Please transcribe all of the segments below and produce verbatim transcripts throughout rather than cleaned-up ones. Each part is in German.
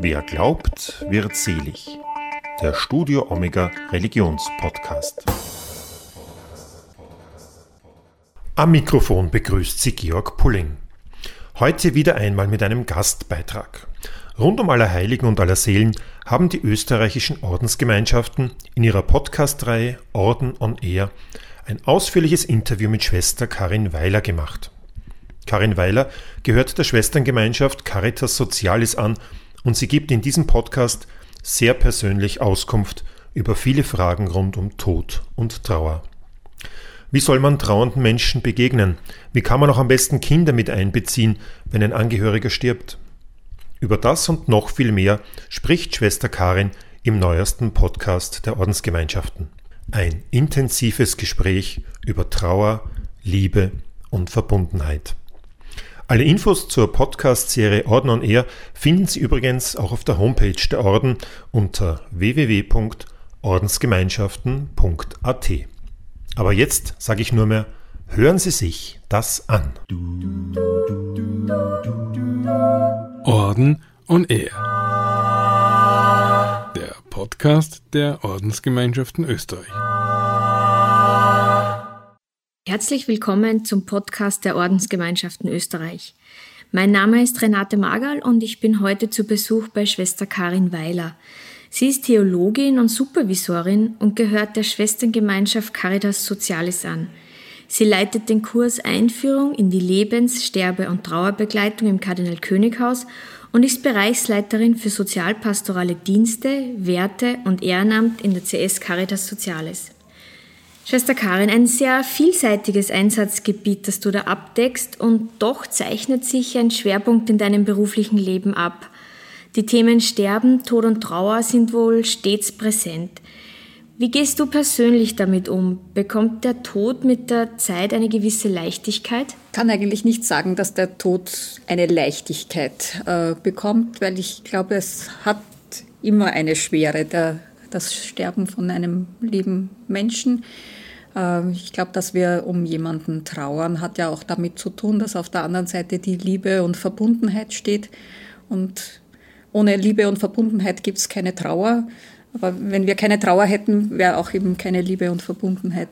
Wer glaubt, wird selig. Der Studio Omega Religionspodcast. Am Mikrofon begrüßt Sie Georg Pulling. Heute wieder einmal mit einem Gastbeitrag. Rund um Allerheiligen und Allerseelen haben die österreichischen Ordensgemeinschaften in ihrer Podcast-Reihe Orden on Air ein ausführliches Interview mit Schwester Karin Weiler gemacht. Karin Weiler gehört der Schwesterngemeinschaft Caritas Socialis an und sie gibt in diesem Podcast sehr persönlich Auskunft über viele Fragen rund um Tod und Trauer. Wie soll man trauernden Menschen begegnen? Wie kann man auch am besten Kinder mit einbeziehen, wenn ein Angehöriger stirbt? Über das und noch viel mehr spricht Schwester Karin im neuesten Podcast der Ordensgemeinschaften. Ein intensives Gespräch über Trauer, Liebe und Verbundenheit. Alle Infos zur Podcast-Serie Orden on Air finden Sie übrigens auch auf der Homepage der Orden unter w w w punkt ordensgemeinschaften punkt a t. Aber jetzt sage ich nur mehr, hören Sie sich das an. Orden on Air. Der Podcast der Ordensgemeinschaften Österreich. Herzlich willkommen zum Podcast der Ordensgemeinschaften Österreich. Mein Name ist Renate Magerl und ich bin heute zu Besuch bei Schwester Karin Weiler. Sie ist Theologin und Supervisorin und gehört der Schwesterngemeinschaft Caritas Socialis an. Sie leitet den Kurs Einführung in die Lebens-, Sterbe- und Trauerbegleitung im Kardinal-König-Haus und ist Bereichsleiterin für sozialpastorale Dienste, Werte und Ehrenamt in der C S Caritas Socialis. Schwester Karin, ein sehr vielseitiges Einsatzgebiet, das du da abdeckst, und doch zeichnet sich ein Schwerpunkt in deinem beruflichen Leben ab. Die Themen Sterben, Tod und Trauer sind wohl stets präsent. Wie gehst du persönlich damit um? Bekommt der Tod mit der Zeit eine gewisse Leichtigkeit? Ich kann eigentlich nicht sagen, dass der Tod eine Leichtigkeit äh, bekommt, weil ich glaube, es hat immer eine Schwere, der, das Sterben von einem lieben Menschen. Äh, ich glaube, dass wir um jemanden trauern, hat ja auch damit zu tun, dass auf der anderen Seite die Liebe und Verbundenheit steht. Und ohne Liebe und Verbundenheit gibt es keine Trauer. Aber wenn wir keine Trauer hätten, wäre auch eben keine Liebe und Verbundenheit.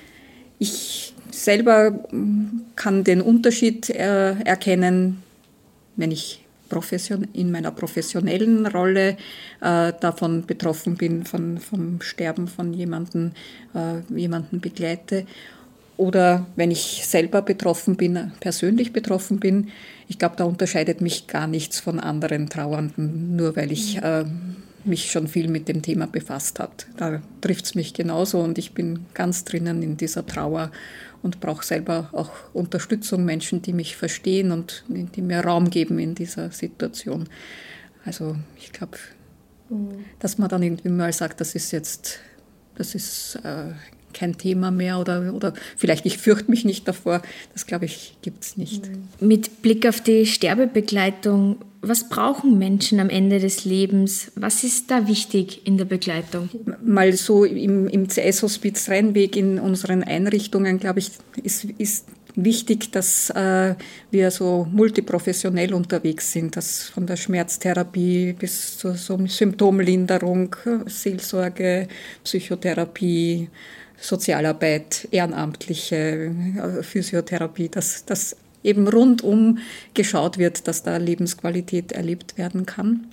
Ich selber kann den Unterschied äh, erkennen, wenn ich profession- in meiner professionellen Rolle äh, davon betroffen bin, von, vom Sterben von jemandem, äh, jemanden begleite. Oder wenn ich selber betroffen bin, persönlich betroffen bin. Ich glaube, da unterscheidet mich gar nichts von anderen Trauernden, nur weil ich äh, mich schon viel mit dem Thema befasst habe. Da trifft es mich genauso und ich bin ganz drinnen in dieser Trauer und brauche selber auch Unterstützung, Menschen, die mich verstehen und die mir Raum geben in dieser Situation. Also ich glaube, mhm. dass man dann irgendwie mal sagt, das ist jetzt, das ist äh, kein Thema mehr oder, oder vielleicht ich fürchte mich nicht davor, das glaube ich gibt es nicht. Mit Blick auf die Sterbebegleitung, was brauchen Menschen am Ende des Lebens? Was ist da wichtig in der Begleitung? Mal so im, im C S-Hospiz Rheinweg in unseren Einrichtungen, glaube ich, ist, ist wichtig, dass äh, wir so multiprofessionell unterwegs sind, dass von der Schmerztherapie bis zur so Symptomlinderung, Seelsorge, Psychotherapie, Sozialarbeit, ehrenamtliche Physiotherapie, dass das eben rundum geschaut wird, dass da Lebensqualität erlebt werden kann.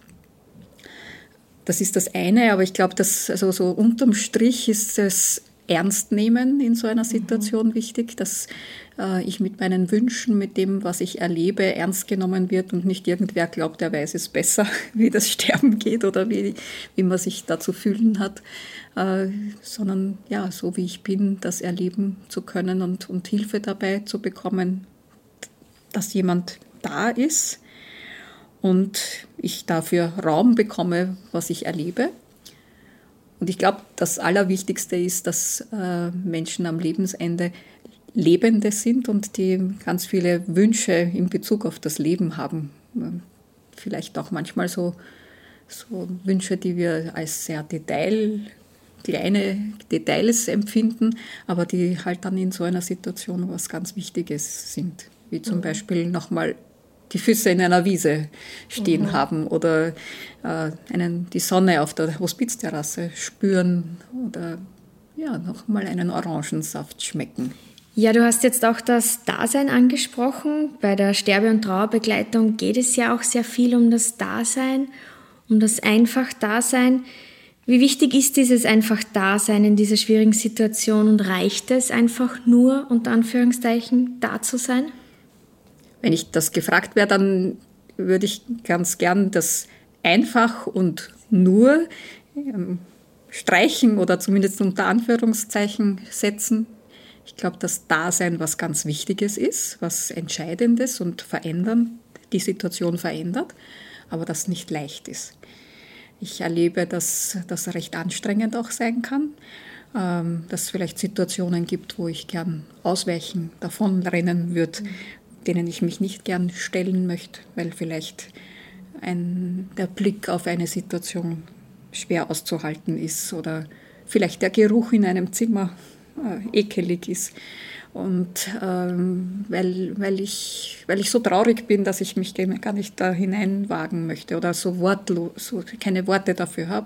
Das ist das eine, aber ich glaube, dass also so unterm Strich ist es Ernstnehmen in so einer Situation mhm. wichtig, dass äh, ich mit meinen Wünschen, mit dem, was ich erlebe, ernst genommen wird und nicht irgendwer glaubt, er weiß es besser, wie das Sterben geht oder wie, wie man sich da zu fühlen hat, äh, sondern ja, so wie ich bin, das erleben zu können und, und Hilfe dabei zu bekommen, dass jemand da ist und ich dafür Raum bekomme, was ich erlebe. Und ich glaube, das Allerwichtigste ist, dass äh, Menschen am Lebensende Lebende sind und die ganz viele Wünsche in Bezug auf das Leben haben. Vielleicht auch manchmal so, so Wünsche, die wir als sehr Detail, kleine Details empfinden, aber die halt dann in so einer Situation was ganz Wichtiges sind. Wie zum mhm. Beispiel nochmal die Füße in einer Wiese stehen Mhm. haben oder äh, einen, die Sonne auf der Hospizterrasse spüren oder ja, nochmal einen Orangensaft schmecken. Ja, du hast jetzt auch das Dasein angesprochen. Bei der Sterbe- und Trauerbegleitung geht es ja auch sehr viel um das Dasein, um das Einfach-Dasein. Wie wichtig ist dieses Einfach-Dasein in dieser schwierigen Situation und reicht es einfach nur, unter Anführungszeichen, da zu sein? Wenn ich das gefragt wäre, dann würde ich ganz gern das einfach und nur ähm, streichen oder zumindest unter Anführungszeichen setzen. Ich glaube, dass Dasein was ganz Wichtiges ist, was Entscheidendes und verändern, die Situation verändert, aber das nicht leicht ist. Ich erlebe, dass das recht anstrengend auch sein kann, ähm, dass es vielleicht Situationen gibt, wo ich gern ausweichen, davonrennen würde, mhm. denen ich mich nicht gern stellen möchte, weil vielleicht ein, der Blick auf eine Situation schwer auszuhalten ist oder vielleicht der Geruch in einem Zimmer äh, ekelig ist. Und ähm, weil, weil, ich, weil ich so traurig bin, dass ich mich gar nicht da hineinwagen möchte oder so wortlos, so keine Worte dafür habe.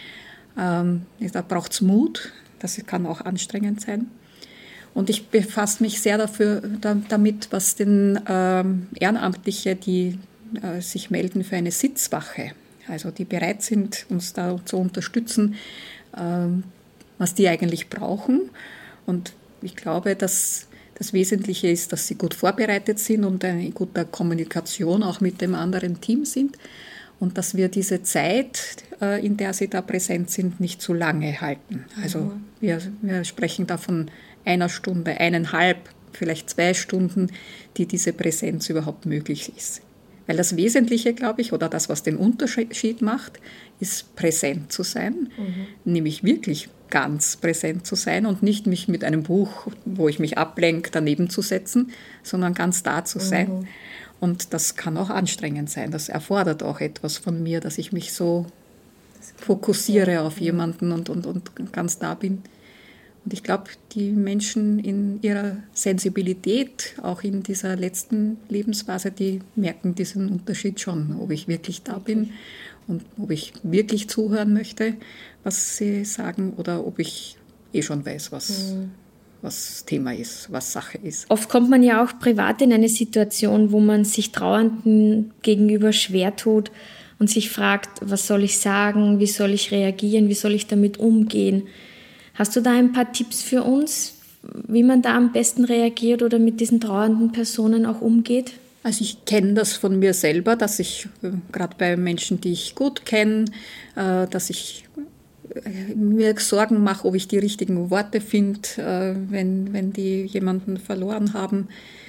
Ähm, da braucht es Mut, das kann auch anstrengend sein. Und ich befasse mich sehr dafür, da, damit, was denn ähm, Ehrenamtliche, die äh, sich melden für eine Sitzwache, also die bereit sind, uns da zu unterstützen, ähm, was die eigentlich brauchen. Und ich glaube, dass das Wesentliche ist, dass sie gut vorbereitet sind und eine gute Kommunikation auch mit dem anderen Team sind und dass wir diese Zeit, in der sie da präsent sind, nicht zu lange halten. Also mhm. wir, wir sprechen da von einer Stunde, eineinhalb, vielleicht zwei Stunden, die diese Präsenz überhaupt möglich ist. Weil das Wesentliche, glaube ich, oder das, was den Unterschied macht, ist präsent zu sein, mhm. nämlich wirklich ganz präsent zu sein und nicht mich mit einem Buch, wo ich mich ablenke, daneben zu setzen, sondern ganz da zu sein. Mhm. Und das kann auch anstrengend sein. Das erfordert auch etwas von mir, dass ich mich so fokussiere auf jemanden und, und, und ganz da bin. Und ich glaube, die Menschen in ihrer Sensibilität, auch in dieser letzten Lebensphase, die merken diesen Unterschied schon, ob ich wirklich da bin und ob ich wirklich zuhören möchte, was sie sagen, oder ob ich eh schon weiß, was, mhm. was Thema ist, was Sache ist. Oft kommt man ja auch privat in eine Situation, wo man sich Trauernden gegenüber schwer tut und sich fragt, was soll ich sagen, wie soll ich reagieren, wie soll ich damit umgehen. Hast du da ein paar Tipps für uns, wie man da am besten reagiert oder mit diesen trauernden Personen auch umgeht? Also ich kenne das von mir selber, dass ich äh, gerade bei Menschen, die ich gut kenne, äh, dass ich äh, mir Sorgen mache, ob ich die richtigen Worte finde, äh, wenn, wenn die jemanden verloren haben.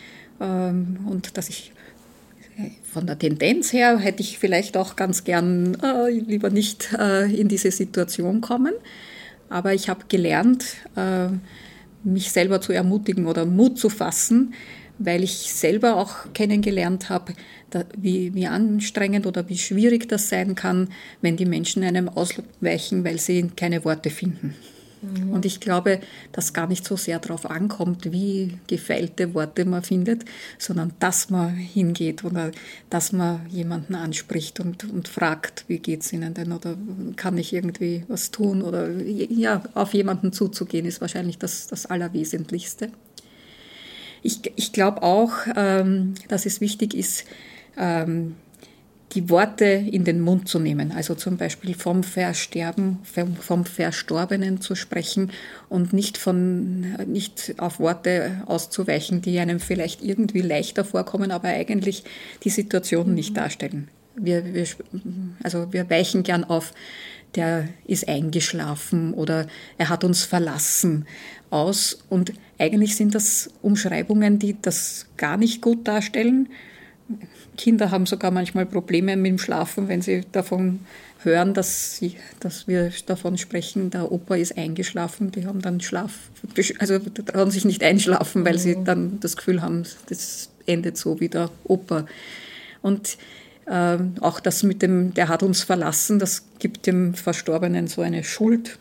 Ähm, und dass ich äh, von der Tendenz her hätte ich vielleicht auch ganz gern äh, lieber nicht äh, in diese Situation kommen. Aber ich habe gelernt, äh, mich selber zu ermutigen oder Mut zu fassen, weil ich selber auch kennengelernt habe, da, wie, wie anstrengend oder wie schwierig das sein kann, wenn die Menschen einem ausweichen, weil sie keine Worte finden. Mhm. Und ich glaube, dass gar nicht so sehr darauf ankommt, wie gefeilte Worte man findet, sondern dass man hingeht oder dass man jemanden anspricht und, und fragt, wie geht es Ihnen denn oder kann ich irgendwie was tun oder ja, auf jemanden zuzugehen, ist wahrscheinlich das, das Allerwesentlichste. Ich, ich glaube auch, ähm, dass es wichtig ist, ähm, die Worte in den Mund zu nehmen, also zum Beispiel vom Versterben, vom, vom Verstorbenen zu sprechen und nicht, von, nicht auf Worte auszuweichen, die einem vielleicht irgendwie leichter vorkommen, aber eigentlich die Situation nicht darstellen. Wir, wir, also wir weichen gern auf, der ist eingeschlafen oder er hat uns verlassen aus und eigentlich sind das Umschreibungen, die das gar nicht gut darstellen. Kinder haben sogar manchmal Probleme mit dem Schlafen, wenn sie davon hören, dass, sie, dass wir davon sprechen, der Opa ist eingeschlafen. Die haben dann Schlaf, also trauen sich nicht einschlafen, weil mhm. sie dann das Gefühl haben, das endet so wie der Opa. Und äh, auch das mit dem, der hat uns verlassen, das gibt dem Verstorbenen so eine Schuld.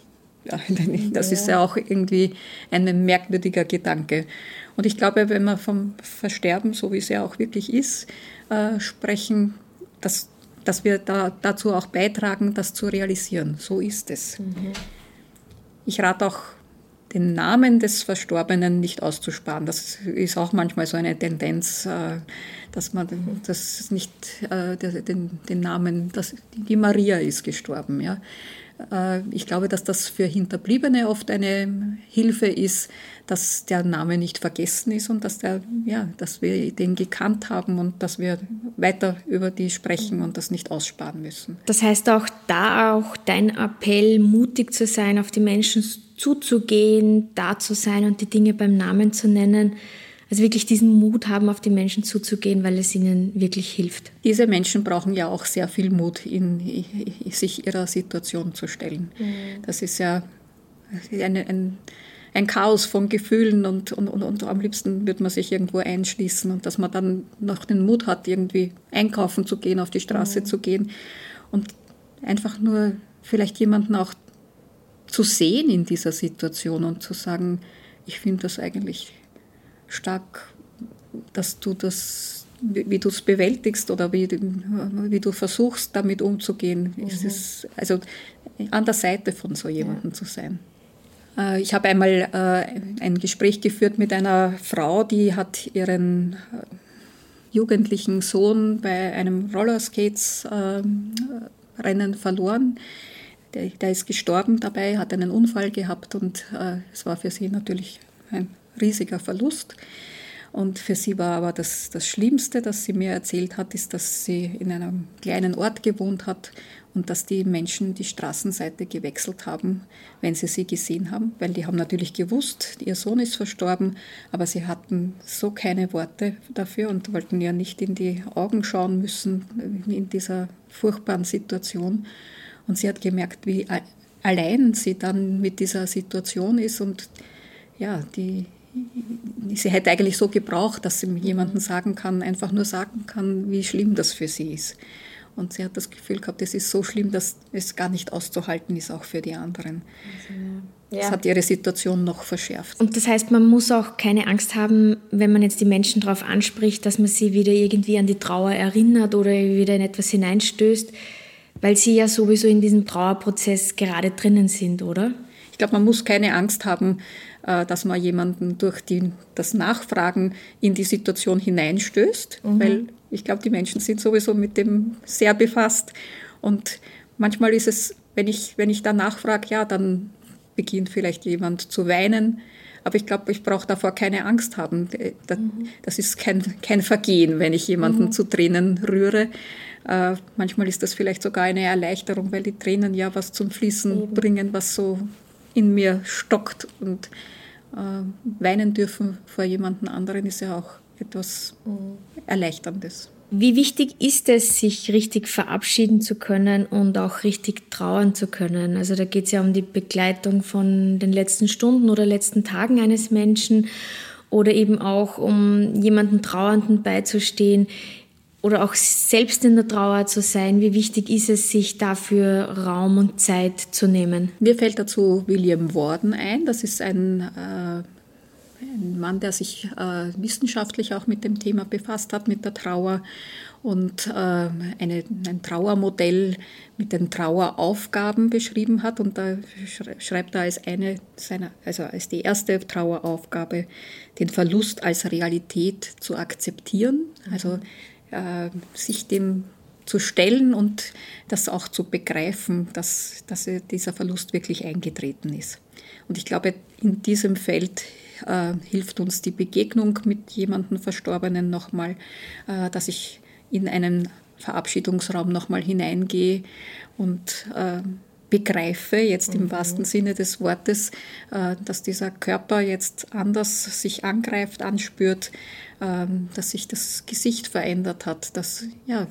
Das ist ja auch irgendwie ein merkwürdiger Gedanke. Und ich glaube, wenn wir vom Versterben, so wie es ja auch wirklich ist, äh, sprechen, dass, dass wir da, dazu auch beitragen, das zu realisieren. So ist es. Mhm. Ich rate auch, den Namen des Verstorbenen nicht auszusparen. Das ist auch manchmal so eine Tendenz, äh, dass man das nicht äh, den, den Namen, dass die Maria ist gestorben. Ja. Ich glaube, dass das für Hinterbliebene oft eine Hilfe ist, dass der Name nicht vergessen ist und dass, der, ja, dass wir den gekannt haben und dass wir weiter über die sprechen und das nicht aussparen müssen. Das heißt auch da auch dein Appell, mutig zu sein, auf die Menschen zuzugehen, da zu sein und die Dinge beim Namen zu nennen. Also wirklich diesen Mut haben, auf die Menschen zuzugehen, weil es ihnen wirklich hilft. Diese Menschen brauchen ja auch sehr viel Mut, in, in sich ihrer Situation zu stellen. Mhm. Das ist ja eine, ein, ein Chaos von Gefühlen und, und, und, und am liebsten würde man sich irgendwo einschließen und dass man dann noch den Mut hat, irgendwie einkaufen zu gehen, auf die Straße mhm. zu gehen und einfach nur vielleicht jemanden auch zu sehen in dieser Situation und zu sagen, ich finde das eigentlich stark, dass du das, wie du es bewältigst oder wie, wie du versuchst, damit umzugehen. Mhm. Es ist, also an der Seite von so jemandem ja. zu sein. Ich habe einmal ein Gespräch geführt mit einer Frau, die hat ihren jugendlichen Sohn bei einem Rollerskates-Rennen verloren. Der, der ist gestorben dabei, hat einen Unfall gehabt und es war für sie natürlich ein riesiger Verlust. Und für sie war aber das, das Schlimmste, das sie mir erzählt hat, ist, dass sie in einem kleinen Ort gewohnt hat und dass die Menschen die Straßenseite gewechselt haben, wenn sie sie gesehen haben, weil die haben natürlich gewusst, ihr Sohn ist verstorben, aber sie hatten so keine Worte dafür und wollten ja nicht in die Augen schauen müssen in dieser furchtbaren Situation. Und sie hat gemerkt, wie allein sie dann mit dieser Situation ist und ja, die sie hätte eigentlich so gebraucht, dass sie jemandem sagen kann, einfach nur sagen kann, wie schlimm das für sie ist. Und sie hat das Gefühl gehabt, es ist so schlimm, dass es gar nicht auszuhalten ist, auch für die anderen. Ja. Das hat ihre Situation noch verschärft. Und das heißt, man muss auch keine Angst haben, wenn man jetzt die Menschen darauf anspricht, dass man sie wieder irgendwie an die Trauer erinnert oder wieder in etwas hineinstößt, weil sie ja sowieso in diesem Trauerprozess gerade drinnen sind, oder? Ich glaube, man muss keine Angst haben, dass man jemanden durch die, das Nachfragen in die Situation hineinstößt, mhm. weil ich glaube, die Menschen sind sowieso mit dem sehr befasst. Und manchmal ist es, wenn ich, wenn ich da nachfrage, ja, dann beginnt vielleicht jemand zu weinen. Aber ich glaube, ich brauche davor keine Angst haben. Das, mhm. das ist kein, kein Vergehen, wenn ich jemanden mhm. zu Tränen rühre. Äh, manchmal ist das vielleicht sogar eine Erleichterung, weil die Tränen ja was zum Fließen Eben. bringen, was so in mir stockt und äh, weinen dürfen vor jemandem anderen ist ja auch etwas mhm. Erleichterndes. Wie wichtig ist es, sich richtig verabschieden zu können und auch richtig trauern zu können? Also da geht es ja um die Begleitung von den letzten Stunden oder letzten Tagen eines Menschen oder eben auch um jemanden Trauernden beizustehen oder auch selbst in der Trauer zu sein. Wie wichtig ist es, sich dafür Raum und Zeit zu nehmen? Mir fällt dazu William Worden ein. Das ist ein, äh, ein Mann, der sich äh, wissenschaftlich auch mit dem Thema befasst hat, mit der Trauer und äh, eine, ein Trauermodell mit den Traueraufgaben beschrieben hat. Und da schreibt er als eine seiner, also als die erste Traueraufgabe, den Verlust als Realität zu akzeptieren. Also äh, sich dem zu stellen und das auch zu begreifen, dass, dass dieser Verlust wirklich eingetreten ist. Und ich glaube, in diesem Feld äh, hilft uns die Begegnung mit jemandem Verstorbenen nochmal, äh, dass ich in einen Verabschiedungsraum nochmal hineingehe und äh, begreife, jetzt im mhm. wahrsten Sinne des Wortes, äh, dass dieser Körper jetzt anders sich angreift, anspürt, äh, dass sich das Gesicht verändert hat, dass, ja,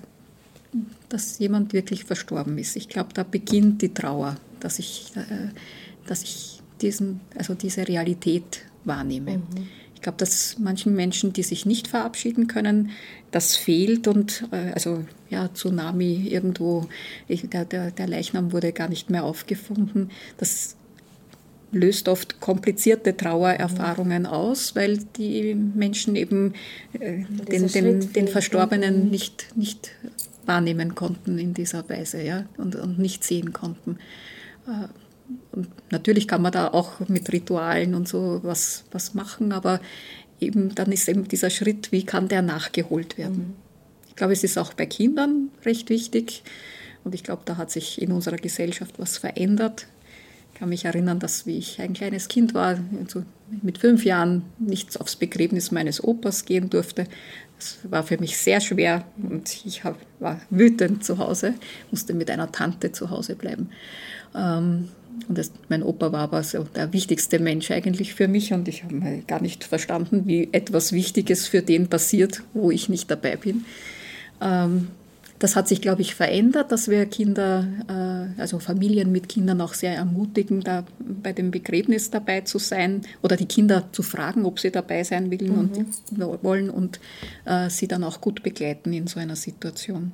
dass jemand wirklich verstorben ist. Ich glaube, da beginnt die Trauer, dass ich, äh, dass ich diesen, also diese Realität wahrnehme. Mhm. Ich glaube, dass manchen Menschen, die sich nicht verabschieden können, das fehlt und äh, also ja, Tsunami irgendwo, ich, der, der, der Leichnam wurde gar nicht mehr aufgefunden. Das löst oft komplizierte Trauererfahrungen aus, weil die Menschen eben äh, den, den, den Verstorbenen nicht, nicht wahrnehmen konnten in dieser Weise, ja, und, und nicht sehen konnten. Äh, und natürlich kann man da auch mit Ritualen und so was, was machen, aber eben dann ist eben dieser Schritt, wie kann der nachgeholt werden? Mhm. Ich glaube, es ist auch bei Kindern recht wichtig und ich glaube, da hat sich in unserer Gesellschaft was verändert. Ich kann mich erinnern, dass wie ich ein kleines Kind war, also mit fünf Jahren nicht aufs Begräbnis meines Opas gehen durfte. Das war für mich sehr schwer und ich hab, war wütend zu Hause, musste mit einer Tante zu Hause bleiben. Ähm, und das, mein Opa war aber so der wichtigste Mensch eigentlich für mich und ich habe gar nicht verstanden, wie etwas Wichtiges für den passiert, wo ich nicht dabei bin. Ähm, Das hat sich, glaube ich, verändert, dass wir Kinder, also Familien mit Kindern auch sehr ermutigen, da bei dem Begräbnis dabei zu sein oder die Kinder zu fragen, ob sie dabei sein wollen, mhm. und, wollen und äh, sie dann auch gut begleiten in so einer Situation.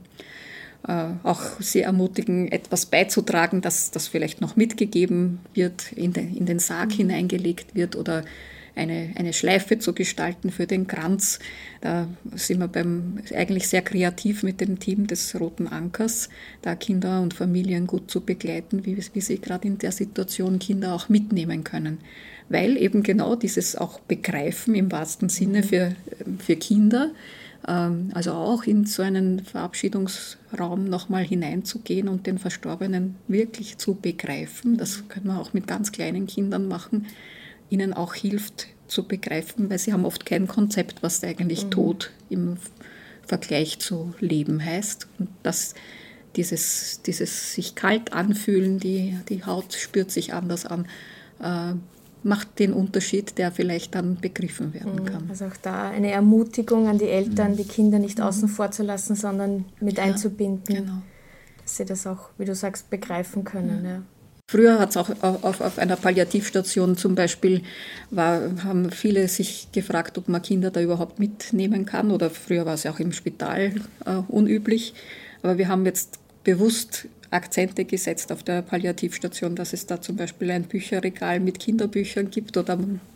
Äh, auch sie ermutigen, etwas beizutragen, dass das vielleicht noch mitgegeben wird, in den, in den Sarg mhm. hineingelegt wird oder Eine, eine Schleife zu gestalten für den Kranz. Da sind wir beim, eigentlich sehr kreativ mit dem Team des Roten Ankers, da Kinder und Familien gut zu begleiten, wie, wie sie gerade in der Situation Kinder auch mitnehmen können. Weil eben genau dieses auch Begreifen im wahrsten Sinne für, für Kinder, ähm, also auch in so einen Verabschiedungsraum nochmal hineinzugehen und den Verstorbenen wirklich zu begreifen, das können wir auch mit ganz kleinen Kindern machen, ihnen auch hilft zu begreifen, weil sie haben oft kein Konzept, was eigentlich mhm. Tod im Vergleich zu Leben heißt. Und das, dieses, dieses sich kalt anfühlen, die, die Haut spürt sich anders an, äh, macht den Unterschied, der vielleicht dann begriffen werden kann. Also auch da eine Ermutigung an die Eltern, mhm. die Kinder nicht mhm. außen vor zu lassen, sondern mit ja, einzubinden, genau. dass sie das auch, wie du sagst, begreifen können. Ja. Ja. Früher hat es auch auf, auf einer Palliativstation zum Beispiel, war, haben viele sich gefragt, ob man Kinder da überhaupt mitnehmen kann. Oder früher war es ja auch im Spital äh, unüblich. Aber wir haben jetzt bewusst Akzente gesetzt auf der Palliativstation, dass es da zum Beispiel ein Bücherregal mit Kinderbüchern gibt oder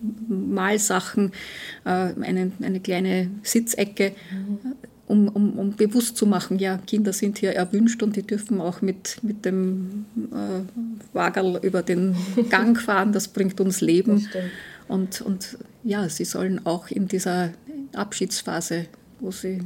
Malsachen, äh, eine, eine kleine Sitzecke. Mhm. Um, um, um bewusst zu machen, ja, Kinder sind hier erwünscht und die dürfen auch mit, mit dem äh, Wagerl über den Gang fahren, das bringt uns Leben. Und, und ja, sie sollen auch in dieser Abschiedsphase, wo sie,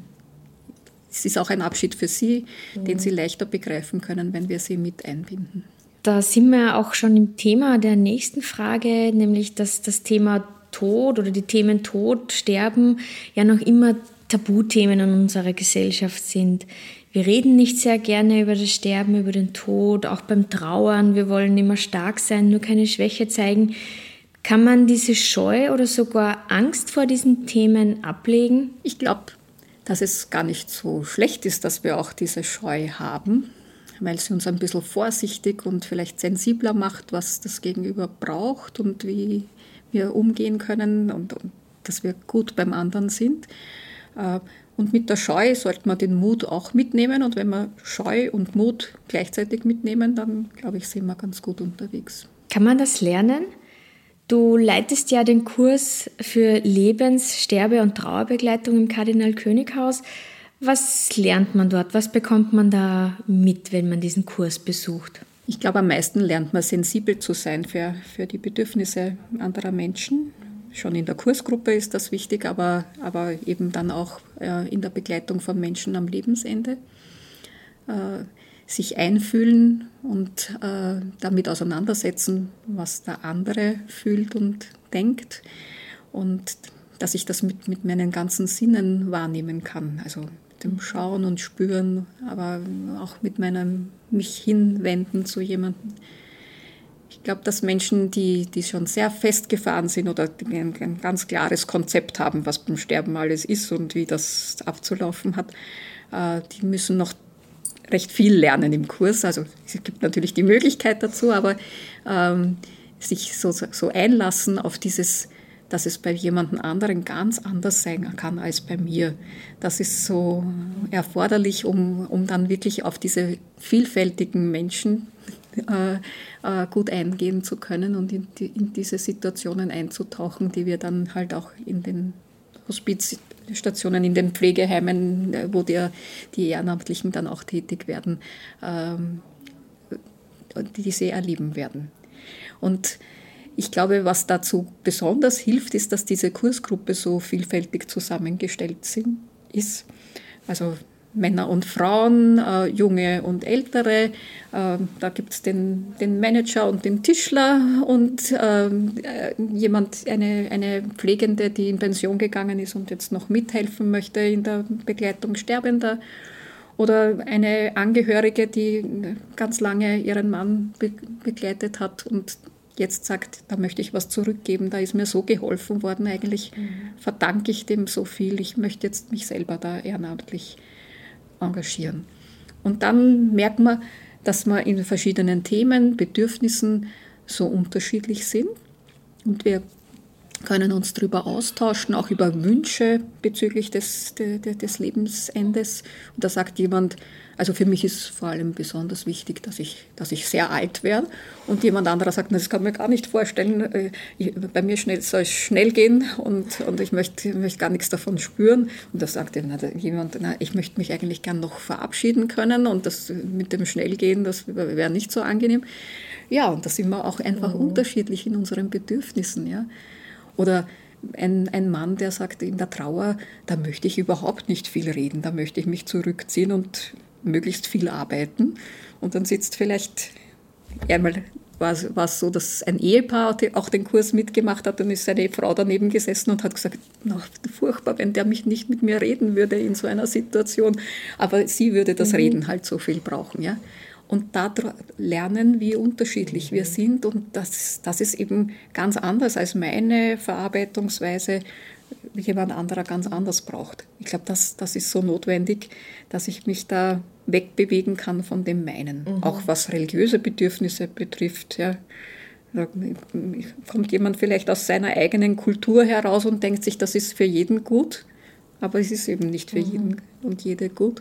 es ist auch ein Abschied für sie, mhm. den sie leichter begreifen können, wenn wir sie mit einbinden. Da sind wir auch schon im Thema der nächsten Frage, nämlich dass das Thema Tod oder die Themen Tod, Sterben ja noch immer Tabuthemen in unserer Gesellschaft sind. Wir reden nicht sehr gerne über das Sterben, über den Tod, auch beim Trauern. Wir wollen immer stark sein, nur keine Schwäche zeigen. Kann man diese Scheu oder sogar Angst vor diesen Themen ablegen? Ich glaube, dass es gar nicht so schlecht ist, dass wir auch diese Scheu haben, weil sie uns ein bisschen vorsichtig und vielleicht sensibler macht, was das Gegenüber braucht und wie wir umgehen können und, und dass wir gut beim anderen sind. Und mit der Scheu sollte man den Mut auch mitnehmen. Und wenn wir Scheu und Mut gleichzeitig mitnehmen, dann, glaube ich, sind wir ganz gut unterwegs. Kann man das lernen? Du leitest ja den Kurs für Lebens-, Sterbe- und Trauerbegleitung im Kardinal-König-Haus. Was lernt man dort? Was bekommt man da mit, wenn man diesen Kurs besucht? Ich glaube, am meisten lernt man, sensibel zu sein für, für die Bedürfnisse anderer Menschen. Schon in der Kursgruppe ist das wichtig, aber, aber eben dann auch äh, in der Begleitung von Menschen am Lebensende. Äh, sich einfühlen und äh, damit auseinandersetzen, was der andere fühlt und denkt. Und dass ich das mit, mit meinen ganzen Sinnen wahrnehmen kann. Also mit dem Schauen und Spüren, aber auch mit meinem mich hinwenden zu jemandem. Ich glaube, dass Menschen, die, die schon sehr festgefahren sind oder ein, ein ganz klares Konzept haben, was beim Sterben alles ist und wie das abzulaufen hat, äh, die müssen noch recht viel lernen im Kurs. Also es gibt natürlich die Möglichkeit dazu, aber ähm, sich so, so einlassen auf dieses, dass es bei jemandem anderen ganz anders sein kann als bei mir. Das ist so erforderlich, um, um dann wirklich auf diese vielfältigen Menschen, äh, äh, gut eingehen zu können und in, die, in diese Situationen einzutauchen, die wir dann halt auch in den Hospizstationen, in den Pflegeheimen, wo der, die Ehrenamtlichen dann auch tätig werden, ähm, die sie erleben werden. Und ich glaube, was dazu besonders hilft, ist, dass diese Kursgruppe so vielfältig zusammengestellt sind, ist. Also Männer und Frauen, äh, Junge und Ältere. Äh, da gibt es den, den Manager und den Tischler und äh, jemand, eine, eine Pflegende, die in Pension gegangen ist und jetzt noch mithelfen möchte in der Begleitung Sterbender. Oder eine Angehörige, die ganz lange ihren Mann be- begleitet hat und jetzt sagt, da möchte ich was zurückgeben, da ist mir so geholfen worden, eigentlich mhm. verdanke ich dem so viel, ich möchte jetzt mich selber da ehrenamtlich engagieren. Und dann merkt man, dass wir in verschiedenen Themen, Bedürfnissen so unterschiedlich sind und wir können uns darüber austauschen, auch über Wünsche bezüglich des, de, de, des Lebensendes. Und da sagt jemand, also für mich ist vor allem besonders wichtig, dass ich, dass ich sehr alt werde. Und jemand anderer sagt, das kann man mir gar nicht vorstellen. Ich, bei mir schnell, soll es schnell gehen und, und ich möchte, möchte gar nichts davon spüren. Und da sagt jemand, na, ich möchte mich eigentlich gern noch verabschieden können und das mit dem Schnellgehen, das wäre nicht so angenehm. Ja, und da sind wir auch einfach mhm. unterschiedlich in unseren Bedürfnissen, ja. Oder ein, ein Mann, der sagt, in der Trauer, da möchte ich überhaupt nicht viel reden, da möchte ich mich zurückziehen und möglichst viel arbeiten. Und dann sitzt vielleicht, einmal war es so, dass ein Ehepaar auch den Kurs mitgemacht hat, dann ist seine Frau daneben gesessen und hat gesagt, na, furchtbar, wenn der mich nicht mit mir reden würde in so einer Situation. Aber sie würde das mhm. Reden halt so viel brauchen, ja. Und da lernen, wie unterschiedlich wir sind und das, das ist eben ganz anders als meine Verarbeitungsweise, wie jemand anderer ganz anders braucht. Ich glaube, das, das ist so notwendig, dass ich mich da wegbewegen kann von dem meinen. Mhm. Auch was religiöse Bedürfnisse betrifft. Ja. Da kommt jemand vielleicht aus seiner eigenen Kultur heraus und denkt sich, das ist für jeden gut, aber es ist eben nicht für mhm. jeden und jede gut.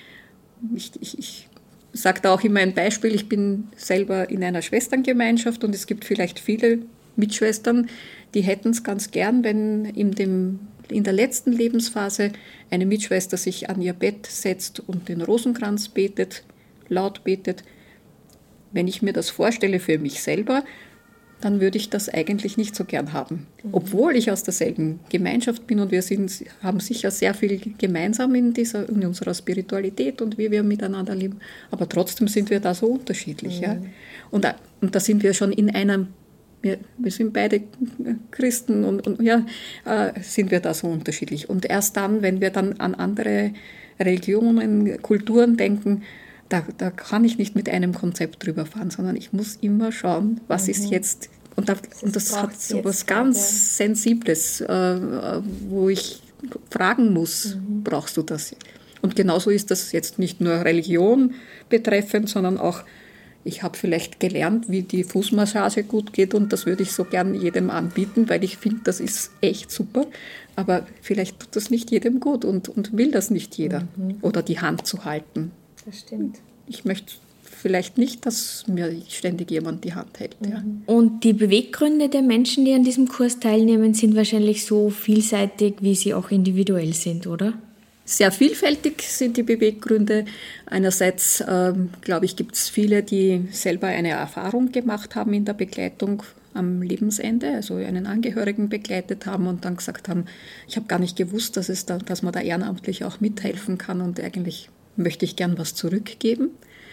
Ich, ich, ich Ich sage da auch immer ein Beispiel, ich bin selber in einer Schwesterngemeinschaft und es gibt vielleicht viele Mitschwestern, die hätten es ganz gern, wenn in, dem, in der letzten Lebensphase eine Mitschwester sich an ihr Bett setzt und den Rosenkranz betet, laut betet. Wenn ich mir das vorstelle für mich selber, dann würde ich das eigentlich nicht so gern haben. Obwohl ich aus derselben Gemeinschaft bin und wir sind, haben sicher sehr viel gemeinsam in, dieser, in unserer Spiritualität und wie wir miteinander leben, aber trotzdem sind wir da so unterschiedlich. Mhm. Ja? Und, und da sind wir schon in einem, wir, wir sind beide Christen und, und ja, äh, sind wir da so unterschiedlich. Und erst dann, wenn wir dann an andere Religionen, Kulturen denken, Da, da kann ich nicht mit einem Konzept drüber fahren, sondern ich muss immer schauen, was mhm. ist jetzt. Und, da, und das hat so etwas ganz ja. Sensibles, äh, wo ich fragen muss, mhm. brauchst du das? Und genauso ist das jetzt nicht nur Religion betreffend, sondern auch, ich habe vielleicht gelernt, wie die Fußmassage gut geht und das würde ich so gern jedem anbieten, weil ich finde, das ist echt super. Aber vielleicht tut das nicht jedem gut und, und will das nicht jeder. Mhm. Oder die Hand zu halten. Das stimmt. Ich möchte vielleicht nicht, dass mir ständig jemand die Hand hält. Ja. Und die Beweggründe der Menschen, die an diesem Kurs teilnehmen, sind wahrscheinlich so vielseitig, wie sie auch individuell sind, oder? Sehr vielfältig sind die Beweggründe. Einerseits, ähm, glaube ich, gibt es viele, die selber eine Erfahrung gemacht haben in der Begleitung am Lebensende, also einen Angehörigen begleitet haben und dann gesagt haben, ich habe gar nicht gewusst, dass, es da, dass man da ehrenamtlich auch mithelfen kann und eigentlich möchte ich gern was zurückgeben.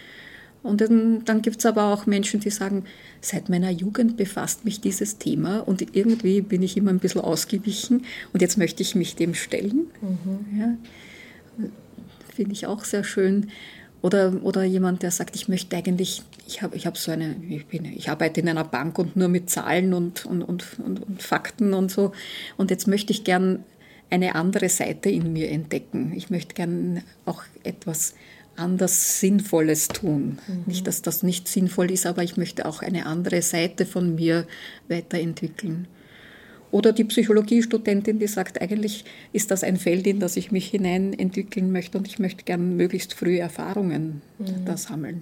Und dann, dann gibt es aber auch Menschen, die sagen, seit meiner Jugend befasst mich dieses Thema und irgendwie bin ich immer ein bisschen ausgewichen und jetzt möchte ich mich dem stellen. Mhm. Ja, finde ich auch sehr schön. Oder, oder jemand, der sagt, ich möchte eigentlich, ich habe ich hab so eine, ich, bin, ich arbeite in einer Bank und nur mit Zahlen und, und, und, und, und Fakten und so und jetzt möchte ich gern eine andere Seite in mir entdecken. Ich möchte gern auch etwas anders Sinnvolles tun. Mhm. Nicht, dass das nicht sinnvoll ist, aber ich möchte auch eine andere Seite von mir weiterentwickeln. Oder die Psychologiestudentin, die sagt, eigentlich ist das ein Feld, in das ich mich hinein entwickeln möchte und ich möchte gern möglichst früh Erfahrungen mhm. da sammeln.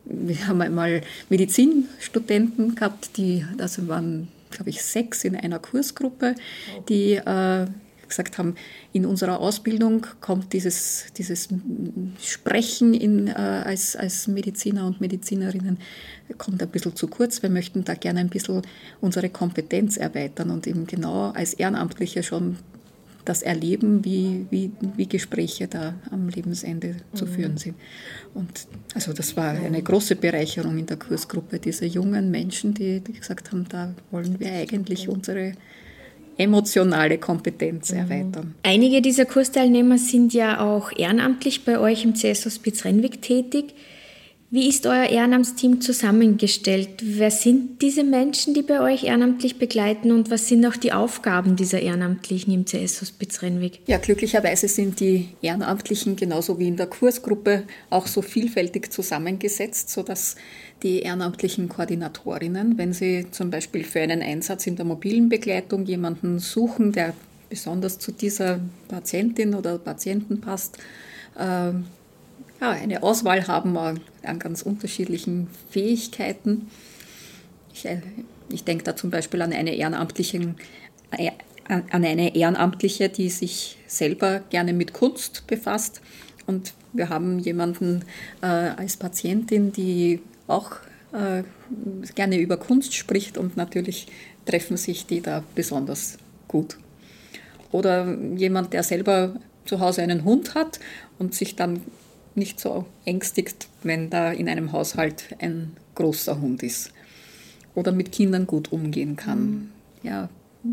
wir haben einmal Medizinstudenten gehabt, die, das waren, glaube ich, sechs in einer Kursgruppe, die äh, gesagt haben, in unserer Ausbildung kommt dieses, dieses Sprechen in, äh, als, als Mediziner und Medizinerinnen kommt ein bisschen zu kurz. Wir möchten da gerne ein bisschen unsere Kompetenz erweitern und eben genau als Ehrenamtliche schon das erleben, wie, wie, wie Gespräche da am Lebensende mhm. zu führen sind. Und also das war eine große Bereicherung in der Kursgruppe, diese jungen Menschen, die, die gesagt haben, da wollen wir eigentlich unsere emotionale Kompetenz mhm. erweitern. Einige dieser Kursteilnehmer sind ja auch ehrenamtlich bei euch im C S-Hospiz Rennweg tätig. Wie ist euer Ehrenamtsteam zusammengestellt? Wer sind diese Menschen, die bei euch ehrenamtlich begleiten und was sind auch die Aufgaben dieser Ehrenamtlichen im C S-Hospiz Rennweg? Ja, glücklicherweise sind die Ehrenamtlichen genauso wie in der Kursgruppe auch so vielfältig zusammengesetzt, sodass die ehrenamtlichen Koordinatorinnen, wenn sie zum Beispiel für einen Einsatz in der mobilen Begleitung jemanden suchen, der besonders zu dieser Patientin oder Patienten passt, äh, ja, eine Auswahl haben an ganz unterschiedlichen Fähigkeiten. Ich, ich denke da zum Beispiel an eine Ehrenamtliche, an eine Ehrenamtliche, die sich selber gerne mit Kunst befasst. Und wir haben jemanden äh, als Patientin, die auch äh, gerne über Kunst spricht und natürlich treffen sich die da besonders gut. Oder jemand, der selber zu Hause einen Hund hat und sich dann nicht so ängstigt, wenn da in einem Haushalt ein großer Hund ist. Oder mit Kindern gut umgehen kann. Mhm. Ja,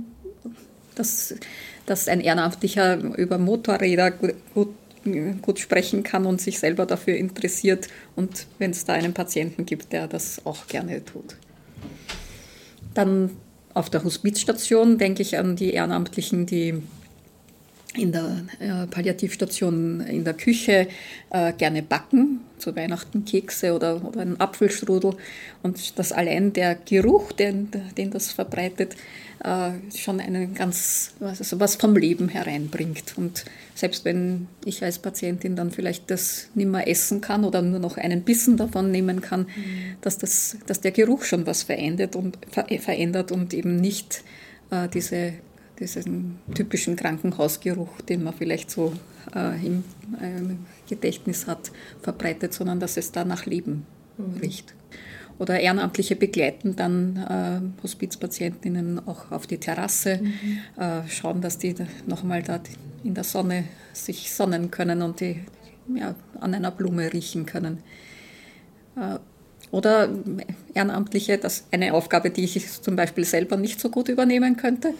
dass, dass ein Ehrenamtlicher über Motorräder gut, gut, gut sprechen kann und sich selber dafür interessiert. Und wenn es da einen Patienten gibt, der das auch gerne tut. Dann auf der Hospizstation denke ich an die Ehrenamtlichen, die in der äh, Palliativstation in der Küche äh, gerne backen, zu Weihnachten Kekse oder, oder einen Apfelstrudel. Und dass allein der Geruch, den, den das verbreitet, äh, schon einen ganz, also was vom Leben hereinbringt. Und selbst wenn ich als Patientin dann vielleicht das nicht mehr essen kann oder nur noch einen Bissen davon nehmen kann, mhm. dass, das, dass der Geruch schon was verändert und, ver- verändert und eben nicht äh, diese diesen typischen Krankenhausgeruch, den man vielleicht so äh, im äh, Gedächtnis hat, verbreitet, sondern dass es da nach Leben mhm. riecht. Oder Ehrenamtliche begleiten dann äh, Hospizpatientinnen auch auf die Terrasse, mhm. äh, schauen, dass die nochmal da in der Sonne sich sonnen können und die ja, an einer Blume riechen können. Äh, Oder Ehrenamtliche, das eine Aufgabe, die ich zum Beispiel selber nicht so gut übernehmen könnte,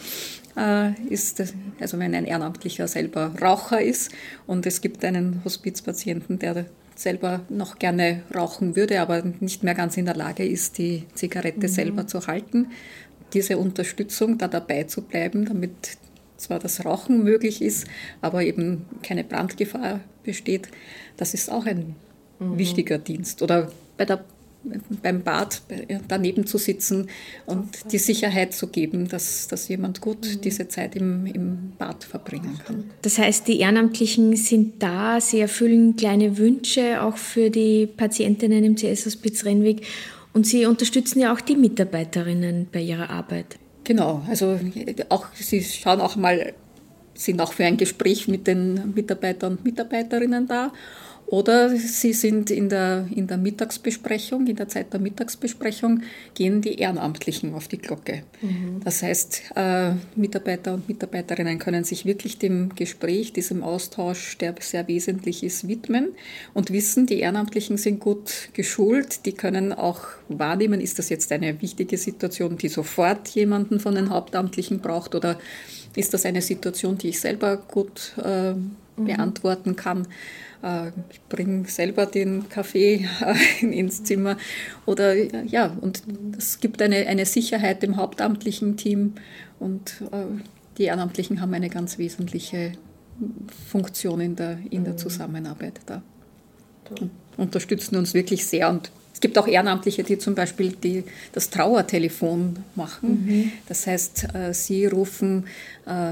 ist, also wenn ein Ehrenamtlicher selber Raucher ist und es gibt einen Hospizpatienten, der selber noch gerne rauchen würde, aber nicht mehr ganz in der Lage ist, die Zigarette mhm. selber zu halten, diese Unterstützung, da dabei zu bleiben, damit zwar das Rauchen möglich ist, aber eben keine Brandgefahr besteht, das ist auch ein mhm. wichtiger Dienst. Oder bei der beim Bad daneben zu sitzen und die Sicherheit zu geben, dass, dass jemand gut diese Zeit im, im Bad verbringen kann. Das heißt, die Ehrenamtlichen sind da, sie erfüllen kleine Wünsche auch für die Patientinnen im C S-Hospiz Rennweg und sie unterstützen ja auch die Mitarbeiterinnen bei ihrer Arbeit. Genau, also auch sie schauen auch mal, sind auch für ein Gespräch mit den Mitarbeitern und Mitarbeiterinnen da. Oder sie sind in der, in der Mittagsbesprechung, in der Zeit der Mittagsbesprechung, gehen die Ehrenamtlichen auf die Glocke. Mhm. Das heißt, äh, Mitarbeiter und Mitarbeiterinnen können sich wirklich dem Gespräch, diesem Austausch, der sehr wesentlich ist, widmen und wissen, die Ehrenamtlichen sind gut geschult, die können auch wahrnehmen, ist das jetzt eine wichtige Situation, die sofort jemanden von den Hauptamtlichen braucht oder ist das eine Situation, die ich selber gut äh, beantworten mhm. kann. Ich bringe selber den Kaffee ins Zimmer. Oder ja, und es gibt eine, eine Sicherheit im hauptamtlichen Team und die Ehrenamtlichen haben eine ganz wesentliche Funktion in der, in der Zusammenarbeit da. Und unterstützen uns wirklich sehr. Und es gibt auch Ehrenamtliche, die zum Beispiel die, das Trauertelefon machen. Mhm. Das heißt, sie rufen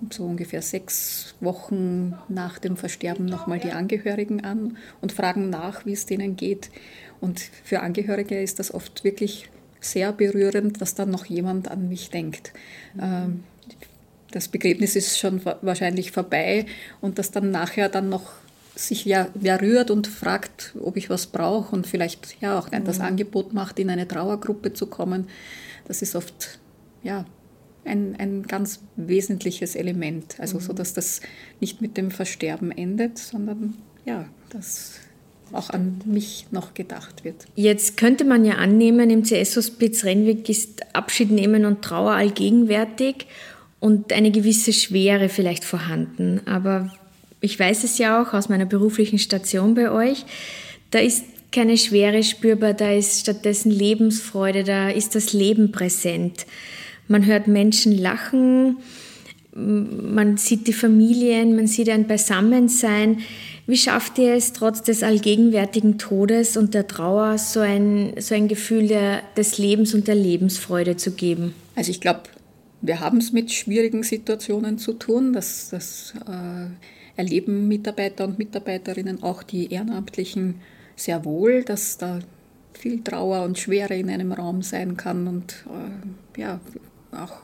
so ungefähr sechs Wochen nach dem Versterben nochmal die Angehörigen an und fragen nach, wie es denen geht. Und für Angehörige ist das oft wirklich sehr berührend, dass dann noch jemand an mich denkt. Mhm. Das Begräbnis ist schon wahrscheinlich vorbei und dass dann nachher dann noch sich ja wer rührt und fragt, ob ich was brauche und vielleicht ja auch mhm. das Angebot macht, in eine Trauergruppe zu kommen. Das ist oft ja ein, ein ganz wesentliches Element. Also mhm. so, dass das nicht mit dem Versterben endet, sondern ja, dass auch an mich noch gedacht wird. Jetzt könnte man ja annehmen, im C S-Hospiz Rennweg ist Abschied nehmen und Trauer allgegenwärtig und eine gewisse Schwere vielleicht vorhanden. Aber ich weiß es ja auch aus meiner beruflichen Station bei euch, da ist keine Schwere spürbar, da ist stattdessen Lebensfreude, da ist das Leben präsent. Man hört Menschen lachen, man sieht die Familien, man sieht ein Beisammensein. Wie schafft ihr es, trotz des allgegenwärtigen Todes und der Trauer so ein, so ein Gefühl der, des Lebens und der Lebensfreude zu geben? Also ich glaube, wir haben es mit schwierigen Situationen zu tun. Das, das äh, erleben Mitarbeiter und Mitarbeiterinnen, auch die Ehrenamtlichen, sehr wohl, dass da viel Trauer und Schwere in einem Raum sein kann und äh, ja, auch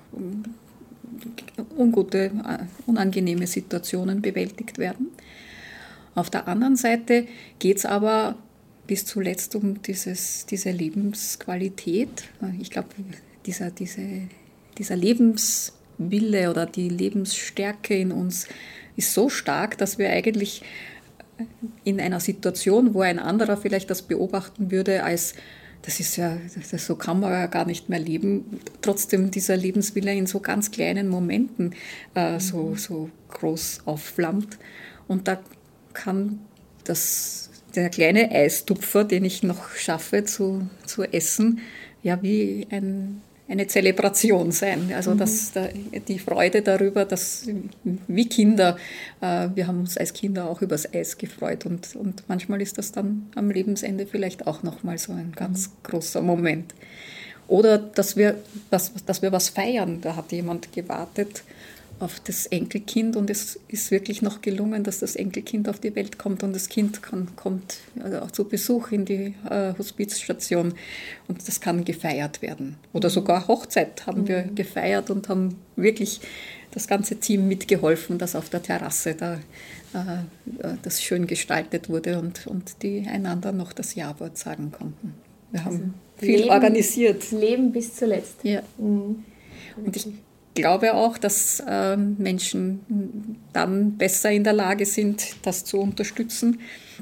ungute, unangenehme Situationen bewältigt werden. Auf der anderen Seite geht es aber bis zuletzt um dieses, diese Lebensqualität. Ich glaube, dieser, diese, dieser Lebenswille oder die Lebensstärke in uns ist so stark, dass wir eigentlich in einer Situation, wo ein anderer vielleicht das beobachten würde, als das ist ja, das, so kann man ja gar nicht mehr leben, trotzdem dieser Lebenswille in so ganz kleinen Momenten äh, so, so groß aufflammt. Und da kann das, der kleine Eistupfer, den ich noch schaffe zu, zu essen, ja wie ein, eine Zelebration sein. Also mhm. dass da, die Freude darüber, dass wie Kinder, äh, wir haben uns als Kinder auch übers Eis gefreut und, und manchmal ist das dann am Lebensende vielleicht auch nochmal so ein ganz mhm. großer Moment. Oder dass wir, dass, dass wir was feiern, da hat jemand gewartet auf das Enkelkind und es ist wirklich noch gelungen, dass das Enkelkind auf die Welt kommt und das Kind kann, kommt also auch zu Besuch in die äh, Hospizstation und das kann gefeiert werden. Oder sogar Hochzeit haben mhm. wir gefeiert und haben wirklich das ganze Team mitgeholfen, dass auf der Terrasse da äh, das schön gestaltet wurde und, und die einander noch das Ja-Wort sagen konnten. Wir haben also viel Leben, organisiert. Leben bis zuletzt. Ja. Mhm. Und ich glaube auch, dass äh, Menschen dann besser in der Lage sind, das zu unterstützen,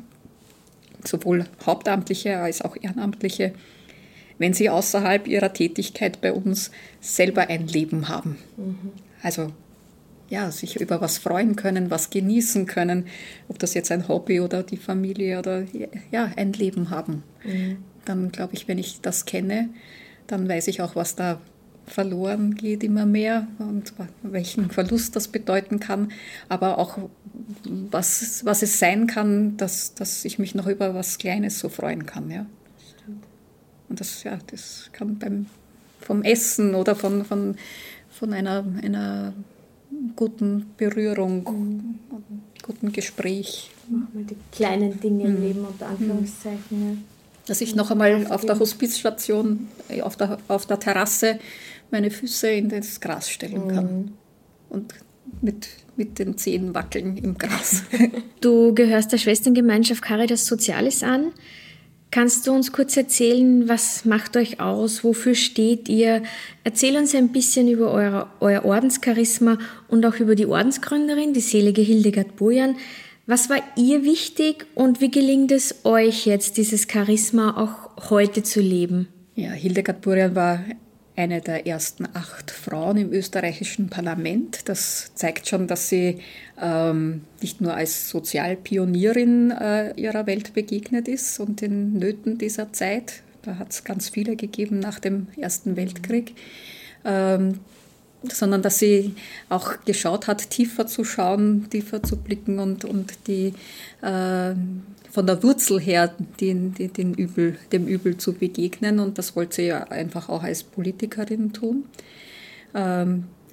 sowohl Hauptamtliche als auch Ehrenamtliche, wenn sie außerhalb ihrer Tätigkeit bei uns selber ein Leben haben. Mhm. Also ja, sich über was freuen können, was genießen können, ob das jetzt ein Hobby oder die Familie oder ja, ein Leben haben. Mhm. Dann glaube ich, wenn ich das kenne, dann weiß ich auch, was da verloren geht immer mehr und welchen Verlust das bedeuten kann, aber auch was, was es sein kann, dass, dass ich mich noch über was Kleines so freuen kann. Ja. Stimmt. Und das, ja, das kann beim, vom Essen oder von, von, von einer, einer guten Berührung, mhm. guten Gespräch. Mal die kleinen Dinge im mhm. Leben unter Anführungszeichen. Ja. Dass ich noch einmal auf der Hospizstation, auf der, auf der Terrasse meine Füße in das Gras stellen kann mhm. und mit, mit den Zehen wackeln im Gras. Du gehörst der Schwesterngemeinschaft Caritas Socialis an. Kannst du uns kurz erzählen, was macht euch aus, wofür steht ihr? Erzähl uns ein bisschen über eure, euer Ordenscharisma und auch über die Ordensgründerin, die selige Hildegard Bojan. Was war ihr wichtig und wie gelingt es euch jetzt, dieses Charisma auch heute zu leben? Ja, Hildegard Bojan war eine der ersten acht Frauen im österreichischen Parlament. Das zeigt schon, dass sie ähm, nicht nur als Sozialpionierin äh, ihrer Welt begegnet ist und den Nöten dieser Zeit. Da hat es ganz viele gegeben nach dem Ersten Weltkrieg. Ähm, sondern dass sie auch geschaut hat, tiefer zu schauen, tiefer zu blicken und, und die äh, von der Wurzel her den, den, den Übel, dem Übel zu begegnen. Und das wollte sie ja einfach auch als Politikerin tun. Ähm,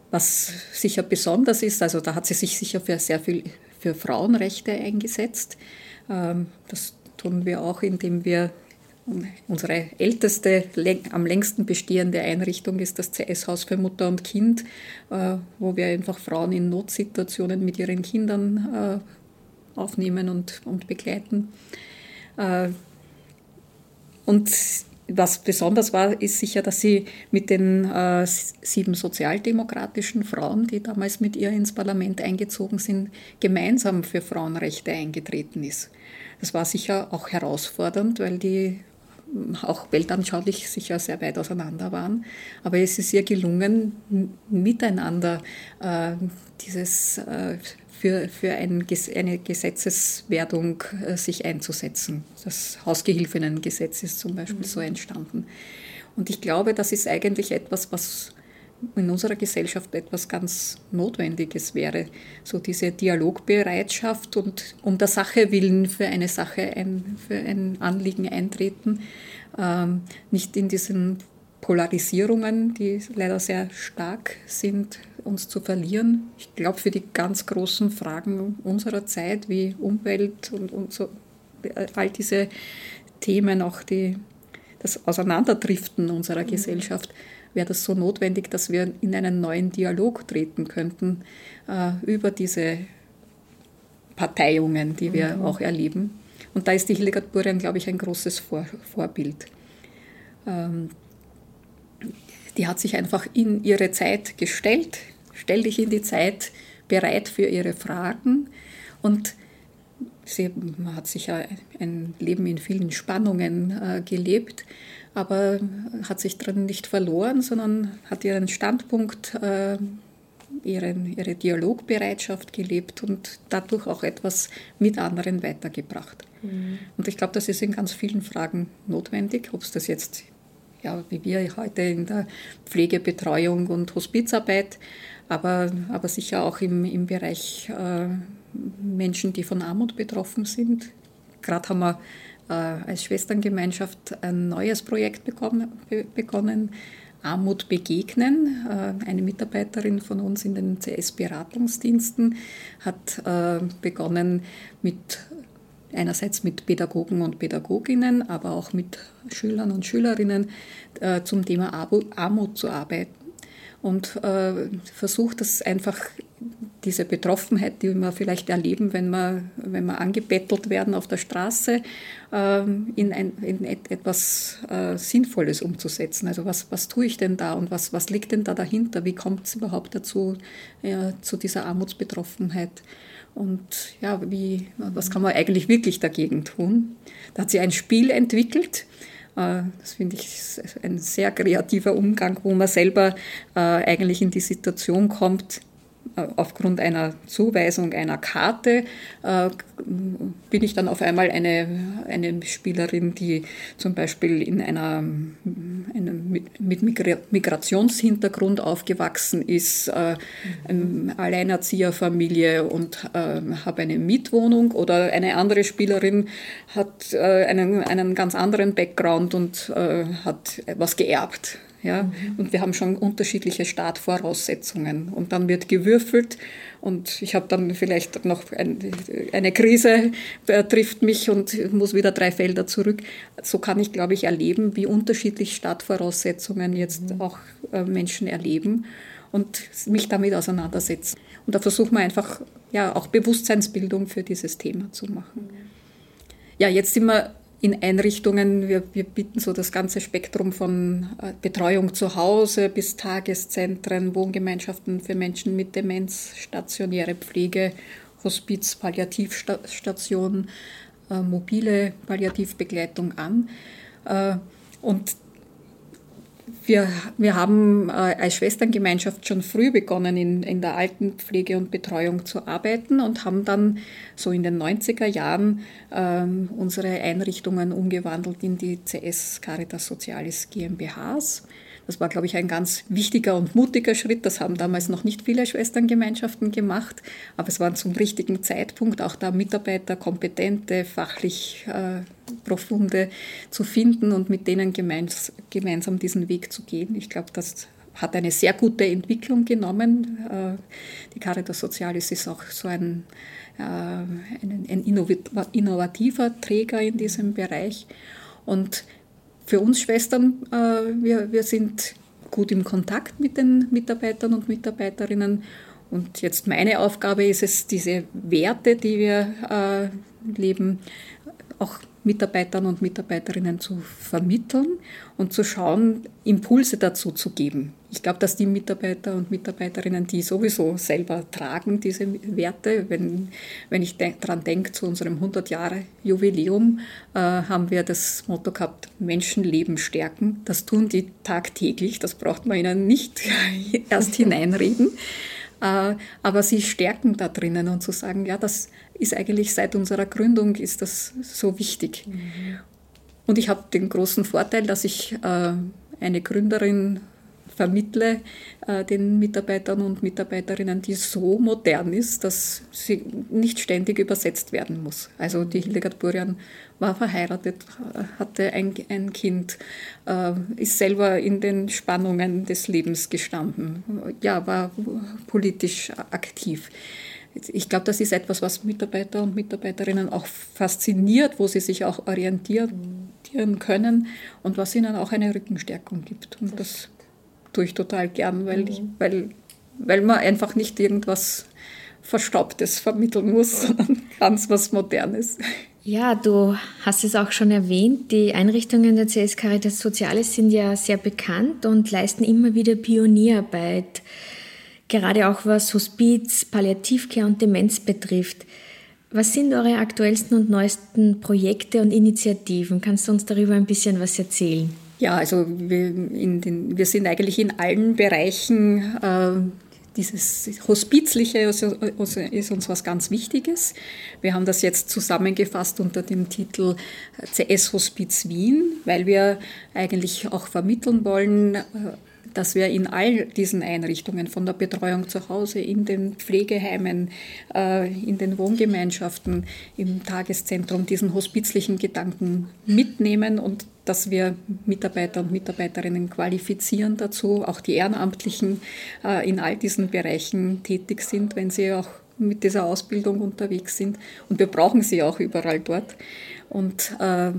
was sicher besonders ist, also da hat sie sich sicher für sehr viel für Frauenrechte eingesetzt. Das tun wir auch, indem wir unsere älteste, am längsten bestehende Einrichtung ist das C S-Haus für Mutter und Kind, wo wir einfach Frauen in Notsituationen mit ihren Kindern aufnehmen und, und begleiten. Und was besonders war, ist sicher, dass sie mit den äh, sieben sozialdemokratischen Frauen, die damals mit ihr ins Parlament eingezogen sind, gemeinsam für Frauenrechte eingetreten ist. Das war sicher auch herausfordernd, weil die auch weltanschaulich sicher sehr weit auseinander waren. Aber es ist ihr gelungen, miteinander äh, dieses äh, für, für ein, eine Gesetzeswerdung äh, sich einzusetzen. Das Hausgehilfinnengesetz ist zum Beispiel mhm. so entstanden. Und ich glaube, das ist eigentlich etwas, was in unserer Gesellschaft etwas ganz Notwendiges wäre. So diese Dialogbereitschaft und um der Sache willen für eine Sache, ein, für ein Anliegen eintreten. Ähm, nicht in diesen Polarisierungen, die leider sehr stark sind, uns zu verlieren. Ich glaube, für die ganz großen Fragen unserer Zeit, wie Umwelt und, und so, all diese Themen, auch die, das Auseinanderdriften unserer mhm. Gesellschaft, wäre das so notwendig, dass wir in einen neuen Dialog treten könnten äh, über diese Parteiungen, die wir mhm. auch erleben. Und da ist die Hildegard Burian, glaube ich, ein großes Vor- Vorbild. Ähm, Die hat sich einfach in ihre Zeit gestellt, stell dich in die Zeit, bereit für ihre Fragen. Und sie hat sicher ein Leben in vielen Spannungen äh, gelebt, aber hat sich darin nicht verloren, sondern hat ihren Standpunkt, äh, ihren, ihre Dialogbereitschaft gelebt und dadurch auch etwas mit anderen weitergebracht. Mhm. Und ich glaube, das ist in ganz vielen Fragen notwendig, ob es das jetzt ja, wie wir heute in der Pflegebetreuung und Hospizarbeit, aber, aber sicher auch im, im Bereich äh, Menschen, die von Armut betroffen sind. Gerade haben wir äh, als Schwesterngemeinschaft ein neues Projekt bekommen, be- begonnen, Armut begegnen. Äh, eine Mitarbeiterin von uns in den C S-Beratungsdiensten hat äh, begonnen mit einerseits mit Pädagogen und Pädagoginnen, aber auch mit Schülern und Schülerinnen äh, zum Thema Armut zu arbeiten und äh, versucht, das einfach diese Betroffenheit, die wir vielleicht erleben, wenn wir, wenn wir angebettelt werden auf der Straße, äh, in, ein, in et, etwas äh, Sinnvolles umzusetzen. Also was, was tue ich denn da und was, was liegt denn da dahinter? Wie kommt es überhaupt dazu, äh, zu dieser Armutsbetroffenheit? Und ja, wie, was kann man eigentlich wirklich dagegen tun? Da hat sie ein Spiel entwickelt. Das finde ich ein sehr kreativer Umgang, wo man selber eigentlich in die Situation kommt, aufgrund einer Zuweisung einer Karte äh, bin ich dann auf einmal eine, eine Spielerin, die zum Beispiel in einer, einer mit, mit Migrationshintergrund aufgewachsen ist, äh, mhm. Alleinerzieherfamilie und äh, habe eine Mietwohnung, oder eine andere Spielerin hat äh, einen, einen ganz anderen Background und äh, hat was geerbt. Ja, mhm. Und wir haben schon unterschiedliche Startvoraussetzungen. Und dann wird gewürfelt und ich habe dann vielleicht noch ein, eine Krise, äh, trifft mich und muss wieder drei Felder zurück. So kann ich, glaube ich, erleben, wie unterschiedlich Startvoraussetzungen jetzt mhm. auch äh, Menschen erleben und mich damit auseinandersetzen. Und da versuchen wir einfach ja, auch Bewusstseinsbildung für dieses Thema zu machen. Mhm. Ja, jetzt sind wir in Einrichtungen, wir, wir bieten so das ganze Spektrum von Betreuung zu Hause bis Tageszentren, Wohngemeinschaften für Menschen mit Demenz, stationäre Pflege, Hospiz, Palliativstation, äh, mobile Palliativbegleitung an. Äh, und Wir, wir haben äh, als Schwesterngemeinschaft schon früh begonnen, in, in der Altenpflege und Betreuung zu arbeiten und haben dann so in den neunziger Jahren äh, unsere Einrichtungen umgewandelt in die C S Caritas Socialis GmbHs. Das war, glaube ich, ein ganz wichtiger und mutiger Schritt. Das haben damals noch nicht viele Schwesterngemeinschaften gemacht, aber es war zum richtigen Zeitpunkt, auch da Mitarbeiter, kompetente, fachlich äh, profunde zu finden und mit denen gemeins, gemeinsam diesen Weg zu gehen. Ich glaube, das hat eine sehr gute Entwicklung genommen. Die Caritas Socialis ist auch so ein, ein, ein innovativer Träger in diesem Bereich. Und für uns Schwestern, wir, wir sind gut im Kontakt mit den Mitarbeitern und Mitarbeiterinnen. Und jetzt meine Aufgabe ist es, diese Werte, die wir leben, auch Mitarbeitern und Mitarbeiterinnen zu vermitteln und zu schauen, Impulse dazu zu geben. Ich glaube, dass die Mitarbeiter und Mitarbeiterinnen, die sowieso selber tragen, diese Werte, wenn, wenn ich de- daran denke, zu unserem hundert-Jahre-Jubiläum äh, haben wir das Motto gehabt, Menschenleben stärken. Das tun die tagtäglich, das braucht man ihnen nicht erst hineinreden. Äh, aber sie stärken da drinnen und zu sagen, ja, das ist eigentlich seit unserer Gründung ist das so wichtig. Mhm. Und ich habe den großen Vorteil, dass ich äh, eine Gründerin vermittle äh, den Mitarbeitern und Mitarbeiterinnen, die so modern ist, dass sie nicht ständig übersetzt werden muss. Also die Hildegard Burian war verheiratet, hatte ein, ein Kind, äh, ist selber in den Spannungen des Lebens gestanden, ja, war politisch aktiv. Ich glaube, das ist etwas, was Mitarbeiter und Mitarbeiterinnen auch fasziniert, wo sie sich auch orientieren können und was ihnen auch eine Rückenstärkung gibt. Und das tue ich total gern, weil, ich, weil, weil man einfach nicht irgendwas Verstaubtes vermitteln muss, sondern ganz was Modernes. Ja, du hast es auch schon erwähnt, die Einrichtungen der C S Caritas Socialis sind ja sehr bekannt und leisten immer wieder Pionierarbeit, gerade auch was Hospiz, Palliativcare und Demenz betrifft. Was sind eure aktuellsten und neuesten Projekte und Initiativen? Kannst du uns darüber ein bisschen was erzählen? Ja, also wir, in den, wir sind eigentlich in allen Bereichen, äh, dieses Hospizliche ist, ist uns was ganz Wichtiges. Wir haben das jetzt zusammengefasst unter dem Titel C S Hospiz Wien, weil wir eigentlich auch vermitteln wollen, äh, dass wir in all diesen Einrichtungen, von der Betreuung zu Hause, in den Pflegeheimen, in den Wohngemeinschaften, im Tageszentrum, diesen hospizlichen Gedanken mitnehmen und dass wir Mitarbeiter und Mitarbeiterinnen qualifizieren dazu, auch die Ehrenamtlichen in all diesen Bereichen tätig sind, wenn sie auch mit dieser Ausbildung unterwegs sind. Und wir brauchen sie auch überall dort. Und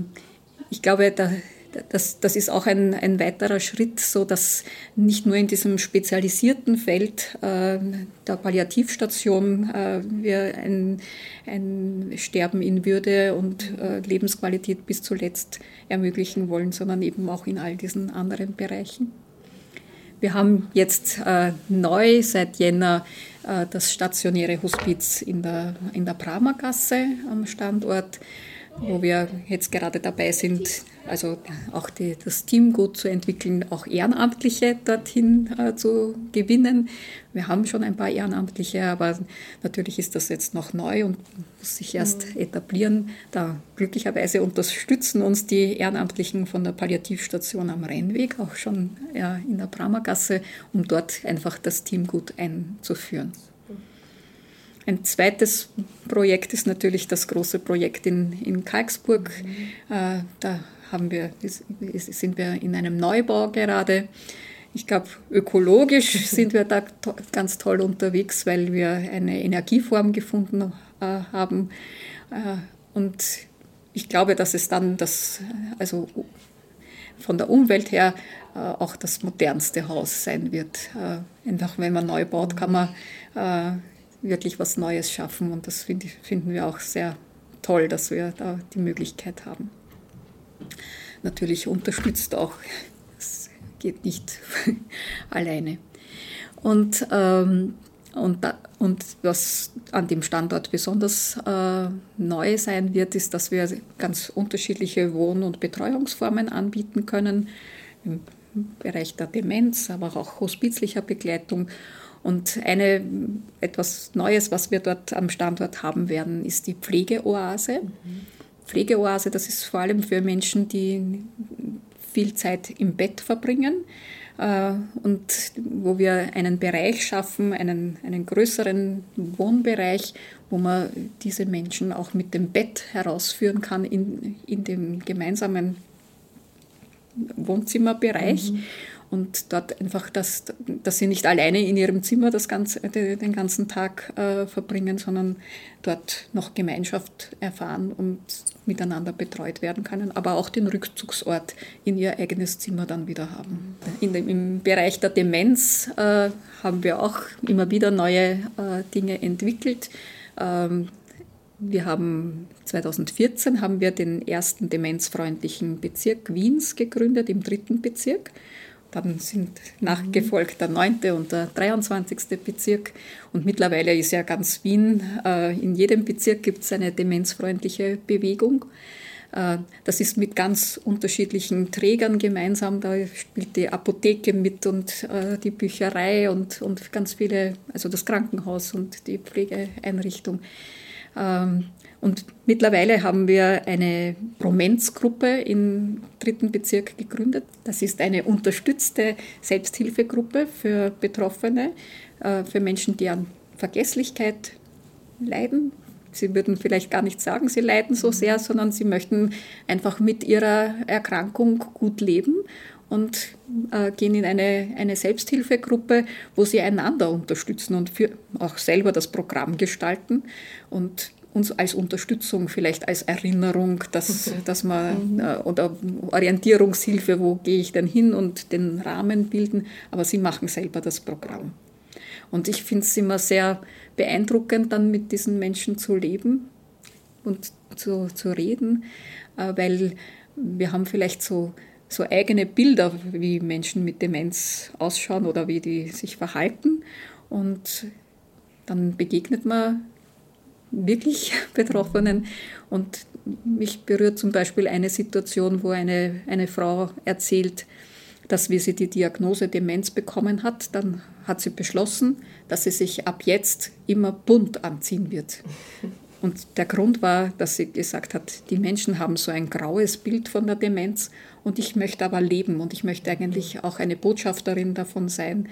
ich glaube, da Das, das ist auch ein, ein weiterer Schritt, so dass nicht nur in diesem spezialisierten Feld äh, der Palliativstation äh, wir ein, ein Sterben in Würde und äh, Lebensqualität bis zuletzt ermöglichen wollen, sondern eben auch in all diesen anderen Bereichen. Wir haben jetzt äh, neu seit Jänner äh, das stationäre Hospiz in der, in der Pramergasse am Standort, wo wir jetzt gerade dabei sind, also auch die, das Team gut zu entwickeln, auch Ehrenamtliche dorthin äh, zu gewinnen. Wir haben schon ein paar Ehrenamtliche, aber natürlich ist das jetzt noch neu und muss sich erst mhm. etablieren. Da glücklicherweise unterstützen uns die Ehrenamtlichen von der Palliativstation am Rennweg, auch schon ja, in der Pramergasse, um dort einfach das Team gut einzuführen. Ein zweites Projekt ist natürlich das große Projekt in, in Kalksburg. Mhm. Äh, da haben wir, sind wir in einem Neubau gerade. Ich glaube, ökologisch sind wir da to- ganz toll unterwegs, weil wir eine Energieform gefunden äh, haben. Äh, und ich glaube, dass es dann das, also von der Umwelt her äh, auch das modernste Haus sein wird. Äh, einfach wenn man neu baut, kann man äh, wirklich was Neues schaffen und das find, finden wir auch sehr toll, dass wir da die Möglichkeit haben. Natürlich unterstützt auch, es geht nicht alleine. Und, ähm, und, und was an dem Standort besonders äh, neu sein wird, ist, dass wir ganz unterschiedliche Wohn- und Betreuungsformen anbieten können, im Bereich der Demenz, aber auch hospizlicher Begleitung. Und eine, etwas Neues, was wir dort am Standort haben werden, ist die Pflegeoase. Mhm. Pflegeoase, das ist vor allem für Menschen, die viel Zeit im Bett verbringen äh, und wo wir einen Bereich schaffen, einen, einen größeren Wohnbereich, wo man diese Menschen auch mit dem Bett herausführen kann in, in dem gemeinsamen Wohnzimmerbereich. Mhm. und dort einfach, dass, dass sie nicht alleine in ihrem Zimmer das ganze, den ganzen Tag äh, verbringen, sondern dort noch Gemeinschaft erfahren und miteinander betreut werden können, aber auch den Rückzugsort in ihr eigenes Zimmer dann wieder haben. In dem, im Bereich der Demenz äh, haben wir auch immer wieder neue äh, Dinge entwickelt. Ähm, wir haben zweitausendvierzehn haben wir den ersten demenzfreundlichen Bezirk Wiens gegründet, im dritten Bezirk. Dann sind nachgefolgt der neunte und der dreiundzwanzigste Bezirk. Und mittlerweile ist ja ganz Wien, äh, in jedem Bezirk gibt es eine demenzfreundliche Bewegung. Äh, das ist mit ganz unterschiedlichen Trägern gemeinsam. Da spielt die Apotheke mit und äh, die Bücherei und, und ganz viele, also das Krankenhaus und die Pflegeeinrichtung. Ähm, Und mittlerweile haben wir eine Promenz-Gruppe im dritten Bezirk gegründet. Das ist eine unterstützte Selbsthilfegruppe für Betroffene, für Menschen, die an Vergesslichkeit leiden. Sie würden vielleicht gar nicht sagen, sie leiden so sehr, sondern sie möchten einfach mit ihrer Erkrankung gut leben und äh, gehen in eine, eine Selbsthilfegruppe, wo sie einander unterstützen und für auch selber das Programm gestalten und uns als Unterstützung, vielleicht als Erinnerung, dass, dass man, äh, oder Orientierungshilfe, wo gehe ich denn hin und den Rahmen bilden, aber sie machen selber das Programm. Und ich finde es immer sehr beeindruckend, dann mit diesen Menschen zu leben und zu, zu reden, äh, weil wir haben vielleicht so, so eigene Bilder, wie Menschen mit Demenz ausschauen oder wie die sich verhalten, und dann begegnet man wirklich Betroffenen. Und mich berührt zum Beispiel eine Situation, wo eine, eine Frau erzählt, dass, wie sie die Diagnose Demenz bekommen hat, dann hat sie beschlossen, dass sie sich ab jetzt immer bunt anziehen wird. Und der Grund war, dass sie gesagt hat, die Menschen haben so ein graues Bild von der Demenz und ich möchte aber leben und ich möchte eigentlich auch eine Botschafterin davon sein,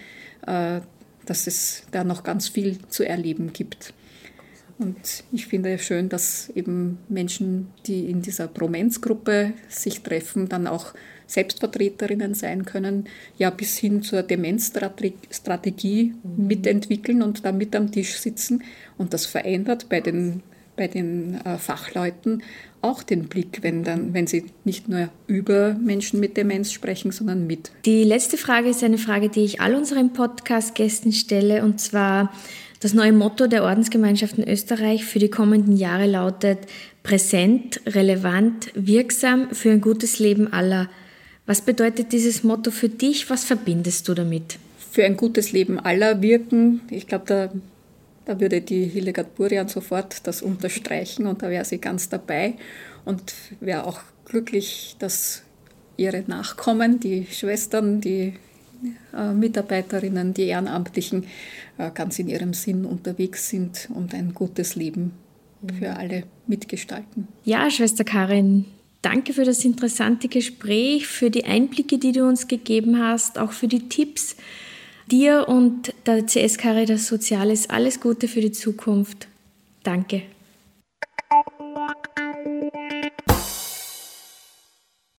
dass es da noch ganz viel zu erleben gibt. Und ich finde es schön, dass eben Menschen, die in dieser Promenz-Gruppe sich treffen, dann auch Selbstvertreterinnen sein können, ja bis hin zur Demenzstrategie mhm. mitentwickeln und da mit am Tisch sitzen. Und das verändert bei den, bei den äh, Fachleuten auch den Blick, wenn, dann, wenn sie nicht nur über Menschen mit Demenz sprechen, sondern mit. Die letzte Frage ist eine Frage, die ich all unseren Podcast-Gästen stelle, und zwar: Das neue Motto der Ordensgemeinschaften Österreich für die kommenden Jahre lautet: präsent, relevant, wirksam für ein gutes Leben aller. Was bedeutet dieses Motto für dich? Was verbindest du damit? Für ein gutes Leben aller wirken. Ich glaube, da, da würde die Hildegard Burian sofort das unterstreichen und da wäre sie ganz dabei und wäre auch glücklich, dass ihre Nachkommen, die Schwestern, die äh, Mitarbeiterinnen, die Ehrenamtlichen äh, ganz in ihrem Sinn unterwegs sind und ein gutes Leben für alle mitgestalten. Ja, Schwester Karin, danke für das interessante Gespräch, für die Einblicke, die du uns gegeben hast, auch für die Tipps. Dir und der C S Caritas Soziales alles Gute für die Zukunft. Danke.